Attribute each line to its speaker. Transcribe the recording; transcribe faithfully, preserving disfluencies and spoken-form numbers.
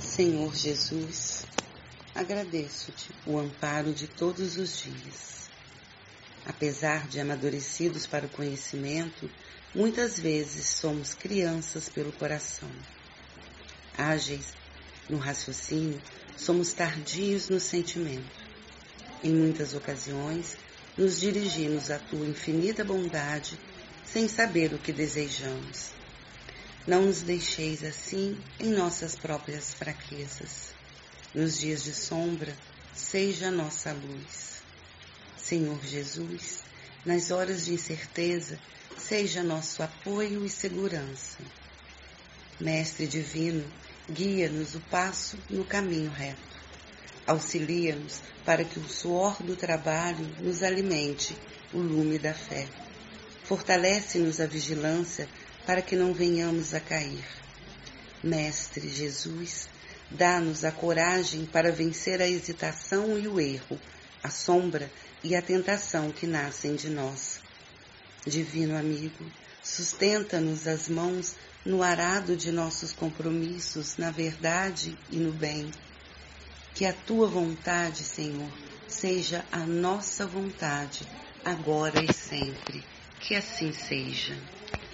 Speaker 1: Senhor Jesus, agradeço-te o amparo de todos os dias. Apesar de amadurecidos para o conhecimento, muitas vezes somos crianças pelo coração. Ágeis no raciocínio, somos tardios no sentimento. Em muitas ocasiões, nos dirigimos à tua infinita bondade sem saber o que desejamos. Não nos deixeis assim em nossas próprias fraquezas. Nos dias de sombra, seja a nossa luz. Senhor Jesus, nas horas de incerteza, seja nosso apoio e segurança. Mestre divino, guia-nos o passo no caminho reto. Auxilia-nos para que o suor do trabalho nos alimente o lume da fé. Fortalece-nos a vigilância para que não venhamos a cair. Mestre Jesus, dá-nos a coragem para vencer a hesitação e o erro, a sombra e a tentação que nascem de nós. Divino amigo, sustenta-nos as mãos no arado de nossos compromissos na verdade e no bem. Que a tua vontade, Senhor, seja a nossa vontade, agora e sempre. Que assim seja.